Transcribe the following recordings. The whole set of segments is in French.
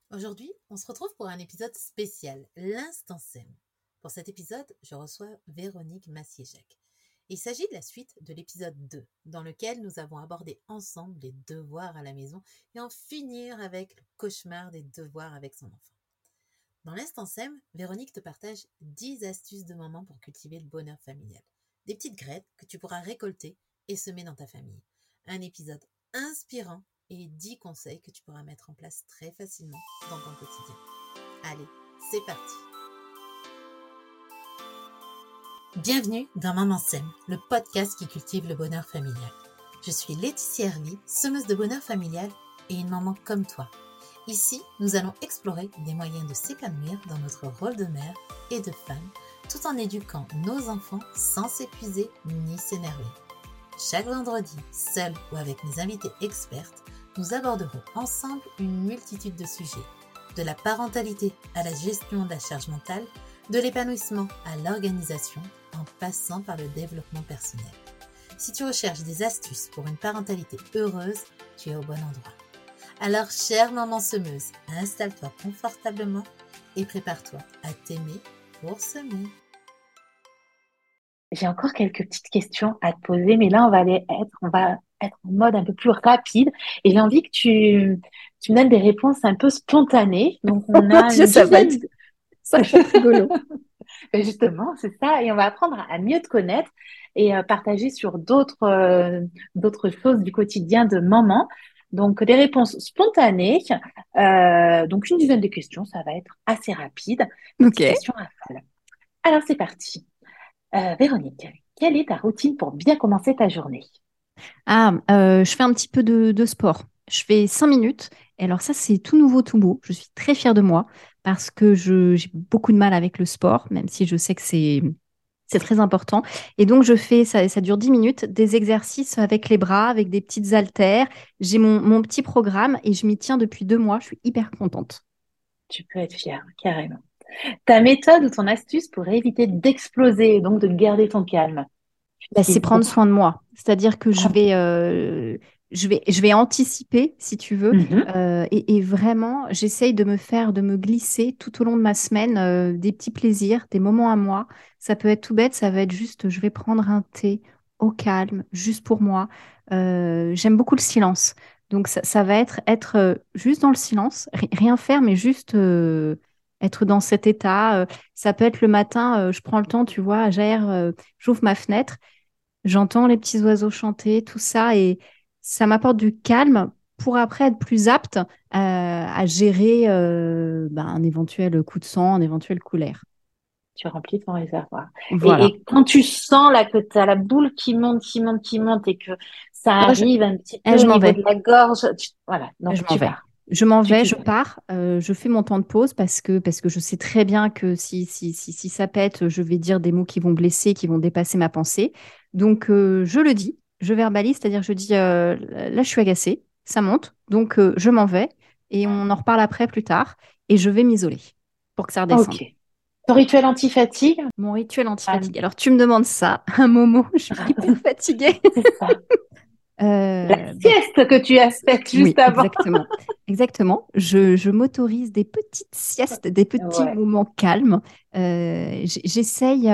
Aujourd'hui, on se retrouve pour un épisode spécial, l'Instant Sème. Pour cet épisode, je reçois Véronique Massiéjac. Il s'agit de la suite de l'épisode 2, dans lequel nous avons abordé ensemble les devoirs à la maison et en finir avec le cauchemar des devoirs avec son enfant. Dans l'Instant Sème, Véronique te partage 10 astuces de maman pour cultiver le bonheur familial. Des petites graines que tu pourras récolter et semer dans ta famille. Un épisode inspirant et 10 conseils que tu pourras mettre en place très facilement dans ton quotidien. Allez, c'est parti! Bienvenue dans Maman Sème, le podcast qui cultive le bonheur familial. Je suis Laetitia Hervy, semeuse de bonheur familial et une maman comme toi. Ici, nous allons explorer des moyens de s'épanouir dans notre rôle de mère et de femme, tout en éduquant nos enfants sans s'épuiser ni s'énerver. Chaque vendredi, seul ou avec mes invités expertes, nous aborderons ensemble une multitude de sujets, de la parentalité à la gestion de la charge mentale, de l'épanouissement à l'organisation, en passant par le développement personnel. Si tu recherches des astuces pour une parentalité heureuse, tu es au bon endroit. Alors, chère maman semeuse, installe-toi confortablement et prépare-toi à t'aimer pour semer. J'ai encore quelques petites questions à te poser, mais là, on va être en mode un peu plus rapide. Et j'ai envie que tu me donnes des réponses un peu spontanées. Donc, Oh on mon a Dieu, une dizaine. ça va être rigolo. Ben justement, c'est ça. Et on va apprendre à mieux te connaître et partager sur d'autres choses du quotidien de maman. Donc, des réponses spontanées. Donc, une dizaine de questions. Ça va être assez rapide. Des Ok. petites questions à rafale. Alors, c'est parti. Véronique, quelle est ta routine pour bien commencer ta journée? Je fais un petit peu de sport. Je fais 5 minutes. Et alors ça, c'est tout nouveau, tout beau. Je suis très fière de moi parce que j'ai beaucoup de mal avec le sport, même si je sais que c'est très important. Et donc, ça dure 10 minutes, des exercices avec les bras, avec des petites haltères. J'ai mon petit programme et je m'y tiens depuis 2 mois. Je suis hyper contente. Tu peux être fière, carrément. Ta méthode ou ton astuce pour éviter d'exploser et donc de garder ton calme? Tu Bah, c'est utilises prendre beaucoup. soin de moi. C'est-à-dire que Prends- je vais anticiper, si tu veux, Mhm. et vraiment, j'essaye de me glisser tout au long de ma semaine des petits plaisirs, des moments à moi. Ça peut être tout bête, ça va être juste, je vais prendre un thé au calme, juste pour moi. J'aime beaucoup le silence. Donc, ça va être juste dans le silence, rien faire, mais juste être dans cet état. Ça peut être le matin, je prends le temps, tu vois, j'aère, j'ouvre ma fenêtre. J'entends les petits oiseaux chanter, tout ça, et ça m'apporte du calme pour après être plus apte à gérer un éventuel coup de sang, un éventuel coup d'air. Tu remplis ton réservoir. Voilà. Et quand tu sens là que tu as la boule qui monte, qui monte, qui monte et que ça Moi, je, arrive un petit eh, peu au je m'en niveau vais. de la gorge, voilà, Je donc m'en tu vais. pars. Je m'en Tu vais, je t'isoles. pars, je fais mon temps de pause parce que je sais très bien que si ça pète, je vais dire des mots qui vont blesser, qui vont dépasser ma pensée. Donc, je le dis, je verbalise, c'est-à-dire je dis là, je suis agacée, ça monte, donc je m'en vais et on en reparle après plus tard et je vais m'isoler pour que ça redescende. Ok. Ton rituel anti-fatigue? Mon rituel Calme. anti-fatigue. Alors, tu me demandes ça à un moment où je suis hyper fatiguée. C'est ça. La Bah, sieste que tu as faite juste oui, avant. exactement. Exactement. Je m'autorise des petites siestes, des petits Ouais. moments calmes. J'essaye.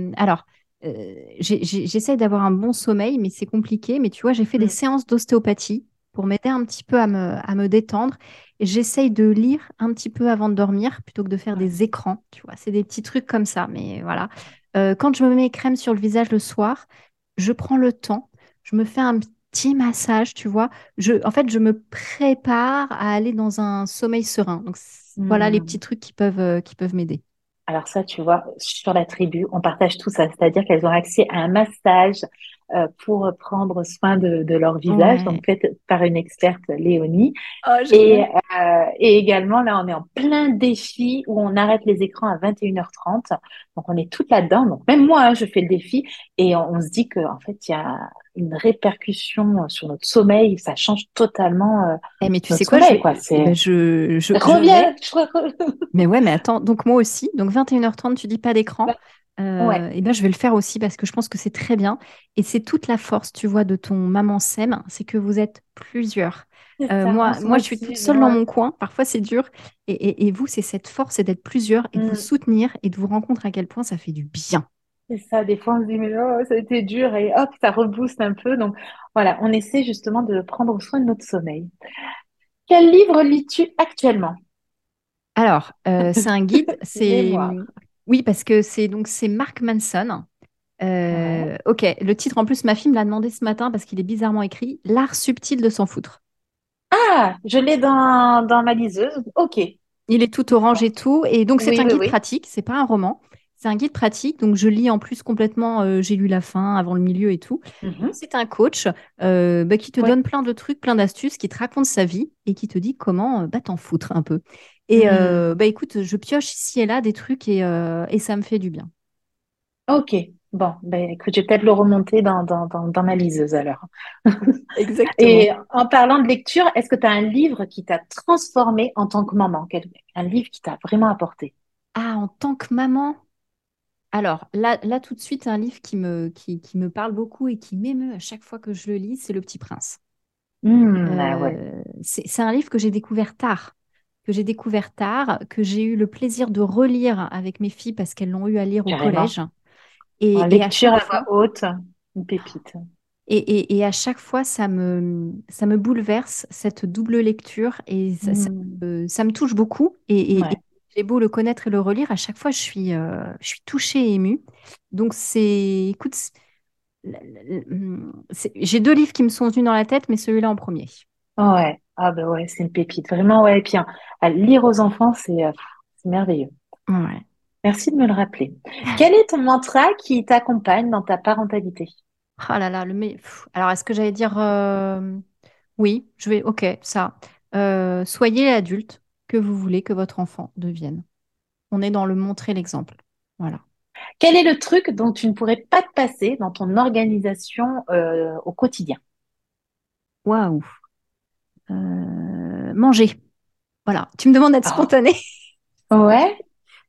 J'essaye d'avoir un bon sommeil, mais c'est compliqué. Mais tu vois, j'ai fait des Mm. séances d'ostéopathie pour m'aider un petit peu à me détendre. Et j'essaye de lire un petit peu avant de dormir plutôt que de faire Ouais. des écrans. Tu vois, c'est des petits trucs comme ça. Mais voilà. Quand je me mets crème sur le visage le soir, je prends le temps. Je me fais un petit massage, tu vois. En fait, je me prépare à aller dans un sommeil serein. Donc, voilà les petits Mm. trucs qui peuvent m'aider. Alors ça, tu vois, sur la tribu, on partage tout ça, c'est-à-dire qu'elles ont accès à un massage pour prendre soin de leur visage, Ouais. donc fait par une experte, Léonie. Oh, Et, génial. et également, là, on est en plein défi où on arrête les écrans à 21h30. Donc, on est toutes là-dedans. Donc, même moi, hein, je fais le défi et on se dit que, en fait, il y a une répercussion sur notre sommeil. Ça change totalement Eh, mais tu sais notre quoi, sommeil, quoi. C'est, je vais. reviens, je crois. Mais ouais, mais attends, donc moi aussi. Donc 21h30, tu dis pas d'écran. Ouais. Et ben, je vais le faire aussi parce que je pense que c'est très bien. Et c'est toute la force, tu vois, de ton maman sème, c'est que vous êtes plusieurs. C'est Euh, ça, on moi, se moi, je suis toute motive. seule dans Ouais. mon coin. Parfois, c'est dur. Et vous, c'est cette force, c'est d'être plusieurs et de vous Mm. soutenir et de vous rendre compte à quel point ça fait du bien. C'est ça, des fois on se dit, mais oh, ça a été dur et hop, ça rebooste un peu. Donc voilà, on essaie justement de prendre soin de notre sommeil. Quel livre lis-tu actuellement? Alors, c'est un guide. Mémoire. Oui, parce que c'est Mark Manson. Ouais. Ok, le titre en plus, ma fille me l'a demandé ce matin parce qu'il est bizarrement écrit L'art subtil de s'en foutre. Ah, je l'ai dans ma liseuse. Ok. Il est tout orange et tout. Et donc, c'est Oui, un oui, guide oui. pratique, c'est pas un roman. C'est un guide pratique. Donc, je lis en plus complètement, j'ai lu la fin, avant le milieu et tout. Mhm. C'est un coach qui te Oui. donne plein de trucs, plein d'astuces, qui te raconte sa vie et qui te dit comment t'en foutre un peu. Et Hmm. écoute, je pioche ici et là des trucs et ça me fait du bien. Ok. Bon, ben écoute, je vais peut-être le remonter dans ma liseuse alors. Exactement. Et en parlant de lecture, est-ce que tu as un livre qui t'a transformé en tant que maman? Un livre qui t'a vraiment apporté? Ah, en tant que maman, alors là tout de suite, un livre qui me parle beaucoup et qui m'émeut à chaque fois que je le lis, c'est Le Petit Prince. Ah ouais, C'est un livre que j'ai eu le plaisir de relire avec mes filles parce qu'elles l'ont eu à lire au carrément. collège. En Et à lecture chaque à voix fois, haute, une pépite. et à chaque fois, ça me bouleverse, cette double lecture, et Hmm. ça me touche beaucoup. Et Ouais. j'ai beau le connaître et le relire, à chaque fois, je suis touchée et émue. Donc, écoute, j'ai deux livres qui me sont venus dans la tête, mais celui-là en premier. Ouais. Ah bah ouais, c'est une pépite. Vraiment, ouais. Et puis, hein, à lire aux enfants, c'est merveilleux. Ouais. Merci de me le rappeler. Quel est ton mantra qui t'accompagne dans ta parentalité? Ah là là, alors, est-ce que j'allais dire oui, ok, ça. Soyez l'adulte que vous voulez que votre enfant devienne. On est dans le montrer l'exemple. Voilà. Quel est le truc dont tu ne pourrais pas te passer dans ton organisation au quotidien? Waouh. Manger. Voilà. Tu me demandes d'être Ah, spontanée. ouais,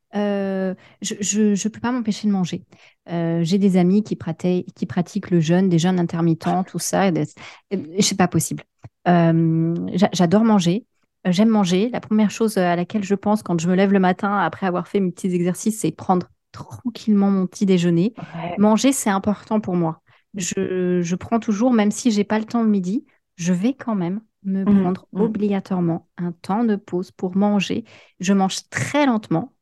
Je peux pas m'empêcher de manger. J'ai des amis qui pratiquent le jeûne, des jeûnes intermittents, tout ça. C'est pas possible. J'adore manger. J'aime manger. La première chose à laquelle je pense quand je me lève le matin après avoir fait mes petits exercices, c'est prendre tranquillement mon petit déjeuner. ouais. Manger, c'est important pour moi. Je prends toujours, même si j'ai pas le temps le midi, je vais quand même me Mm, prendre mm. obligatoirement un temps de pause pour manger. Je mange très lentement.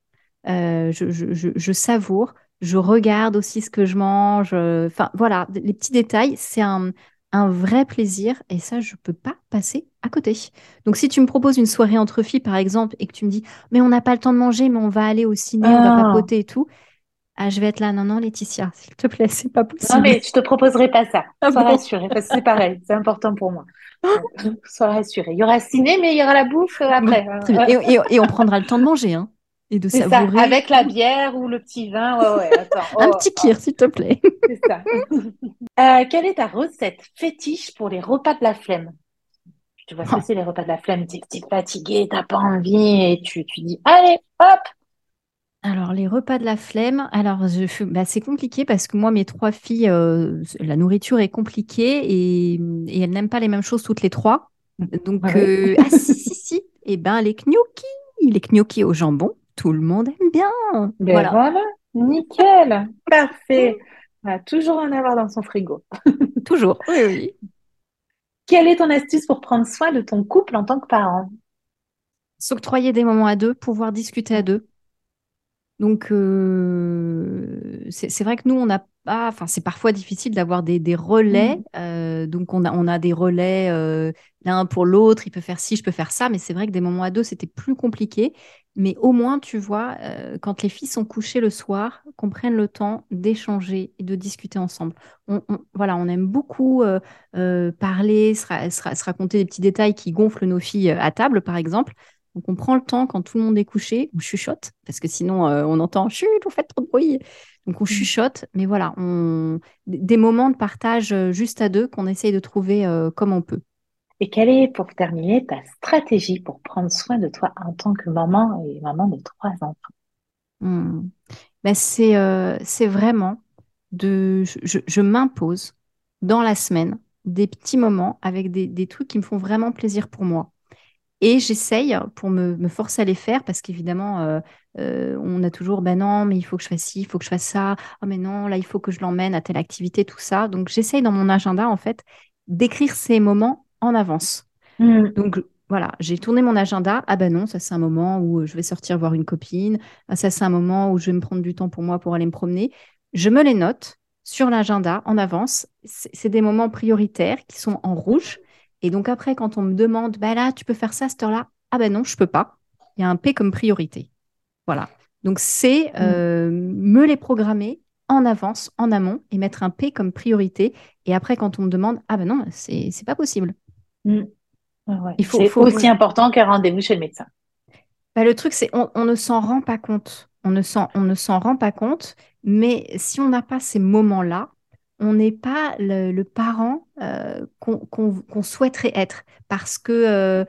Je savoure, je regarde aussi ce que je mange. Enfin, voilà, les petits détails, c'est un vrai plaisir et ça, je peux pas passer à côté. Donc, si tu me proposes une soirée entre filles, par exemple, et que tu me dis, mais on n'a pas le temps de manger, mais on va aller au ciné, on va Ah, papoter et tout, ah, je vais être là, non, non, Laetitia, s'il te plaît, c'est pas non, possible. mais je te proposerai pas ça. Ah Sois bon? rassurée, parce que c'est pareil, c'est important pour moi. Donc, sois rassurée. Il y aura ciné, mais il y aura la bouffe Bon, après. très bien. Et on prendra le temps de manger, hein, et de C'est ça, savourer. avec la bière ou le petit vin. Ouais, ouais, attends. Un Oh, petit oh, kir, s'il te plaît. c'est ça. Quelle est ta recette fétiche pour les repas de la flemme? Tu vois ce que c'est les repas de la flemme? T'es fatigué, t'as pas envie et tu dis, allez, hop! Alors, les repas de la flemme, bah, c'est compliqué parce que moi, mes trois filles, la nourriture est compliquée et elles n'aiment pas les mêmes choses toutes les trois. Ah Donc, oui. ah si, si, si, eh ben, les gnocchis au jambon, tout le monde aime bien. Ben Voilà. voilà, nickel, parfait. Mm. On va toujours en avoir dans son frigo. Toujours, oui, oui. Quelle est ton astuce pour prendre soin de ton couple en tant que parent? S'octroyer des moments à deux, pouvoir discuter à deux. Donc, c'est vrai que nous, on n'a pas, enfin, c'est parfois difficile d'avoir des relais. Mm. Donc, on a des relais l'un pour l'autre. Il peut faire ci, je peux faire ça. Mais c'est vrai que des moments à deux, c'était plus compliqué. Mais au moins, tu vois, quand les filles sont couchées le soir, qu'on prenne le temps d'échanger et de discuter ensemble. Voilà, on aime beaucoup parler, se raconter des petits détails qui gonflent nos filles à table, par exemple. Donc, on prend le temps quand tout le monde est couché, on chuchote, parce que sinon, on entend chut, vous faites trop de bruit. Donc, on Mm. chuchote, mais voilà, des moments de partage juste à deux qu'on essaye de trouver comme on peut. Et quelle est, pour terminer, ta stratégie pour prendre soin de toi en tant que maman et maman de trois enfants? Hmm. Ben, c'est vraiment je m'impose dans la semaine des petits moments avec des trucs qui me font vraiment plaisir pour moi. Et j'essaye pour me forcer à les faire parce qu'évidemment, on a toujours, ben non, mais il faut que je fasse ci, il faut que je fasse ça. Oh, mais non, là, il faut que je l'emmène à telle activité, tout ça. Donc, j'essaye dans mon agenda, en fait, d'écrire ces moments en avance. Mm. Donc, voilà, j'ai tourné mon agenda. Ah ben non, ça, c'est un moment où je vais sortir voir une copine. Ah, ça, c'est un moment où je vais me prendre du temps pour moi pour aller me promener. Je me les note sur l'agenda en avance. C'est des moments prioritaires qui sont en rouge. Et donc après, quand on me demande, bah là, tu peux faire ça à cette heure-là? Ah ben non, je peux pas. Il y a un P comme priorité. Voilà. Donc c'est Mm. me les programmer en avance, en amont, et mettre un P comme priorité. Et après, quand on me demande, ah ben non, c'est pas possible. Mm. Ouais. Il C'est faut, aussi important qu'un rendez-vous chez le médecin. bah, le truc, c'est on ne s'en rend pas compte. On ne s'en rend pas compte, mais si on n'a pas ces moments-là, on n'est pas le parent qu'on souhaiterait être parce que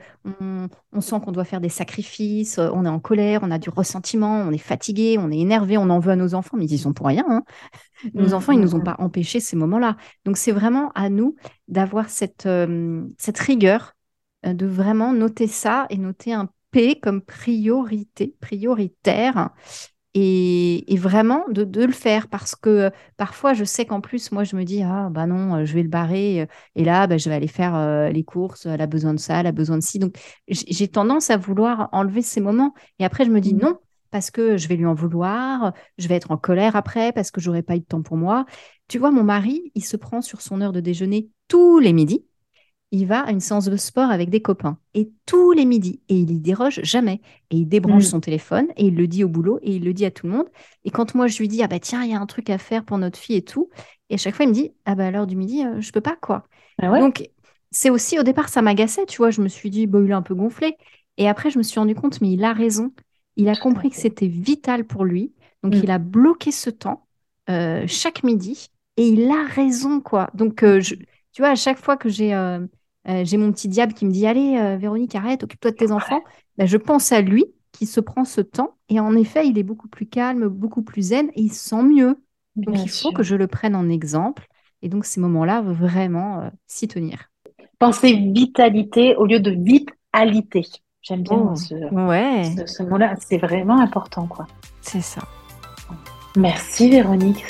on sent qu'on doit faire des sacrifices, on est en colère, on a du ressentiment, on est fatigué, on est énervé, on en veut à nos enfants, mais ils y sont pour rien, hein. Nos Mm, enfants, ils mm, nous ont mm. pas empêché ces moments-là. Donc c'est vraiment à nous d'avoir cette rigueur, de vraiment noter ça et noter un P comme priorité, prioritaire, et vraiment de le faire parce que parfois je sais qu'en plus, moi je me dis, ah bah non, je vais le barrer, et là bah, je vais aller faire les courses, elle a besoin de ça, elle a besoin de ci. Donc j'ai tendance à vouloir enlever ces moments et après je me dis Mm. non. Parce que je vais lui en vouloir, je vais être en colère après parce que j'aurai pas eu de temps pour moi. Tu vois, mon mari, il se prend sur son heure de déjeuner tous les midis, il va à une séance de sport avec des copains. Et tous les midis. Et il y déroge jamais. Et il débranche Mm. son téléphone et il le dit au boulot et il le dit à tout le monde. Et quand moi, je lui dis, ah bah tiens, il y a un truc à faire pour notre fille et tout. Et à chaque fois, il me dit, ah bah à l'heure du midi, je peux pas, quoi. Ah ouais? Donc, c'est aussi, au départ, ça m'agaçait, tu vois. Je me suis dit, bon, il est un peu gonflé. Et après, je me suis rendu compte, mais il a raison. Il a Tout à compris que fait. c'était vital pour lui. Donc, Mm. il a bloqué ce temps chaque midi. Et il a raison, quoi. Donc, tu vois, à chaque fois que j'ai mon petit diable qui me dit, allez, Véronique, arrête, occupe-toi de tes enfants. Ben, je pense à lui qui se prend ce temps. Et en effet, il est beaucoup plus calme, beaucoup plus zen et il se sent mieux. Donc, Bien il faut sûr. que je le prenne en exemple. Et donc, ces moments-là, vraiment s'y tenir. Pensez vitalité au lieu de vitalité. J'aime bien Oh, ouais, ce mot-là. C'est vraiment important, quoi. c'est ça. Merci, Véronique.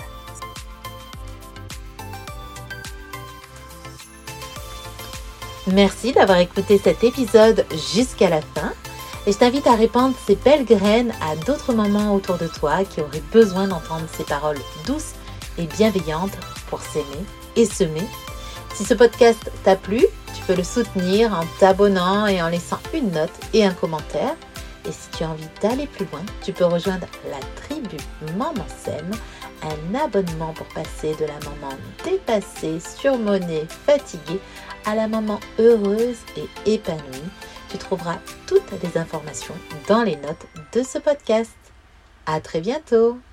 Merci d'avoir écouté cet épisode jusqu'à la fin et je t'invite à répandre ces belles graines à d'autres mamans autour de toi qui auraient besoin d'entendre ces paroles douces et bienveillantes pour s'aimer et semer. Si ce podcast t'a plu, tu peux le soutenir en t'abonnant et en laissant une note et un commentaire. Et si tu as envie d'aller plus loin, tu peux rejoindre la tribu Maman Sème, un abonnement pour passer de la maman dépassée, surmonnée, fatiguée à la maman heureuse et épanouie. Tu trouveras toutes les informations dans les notes de ce podcast. À très bientôt!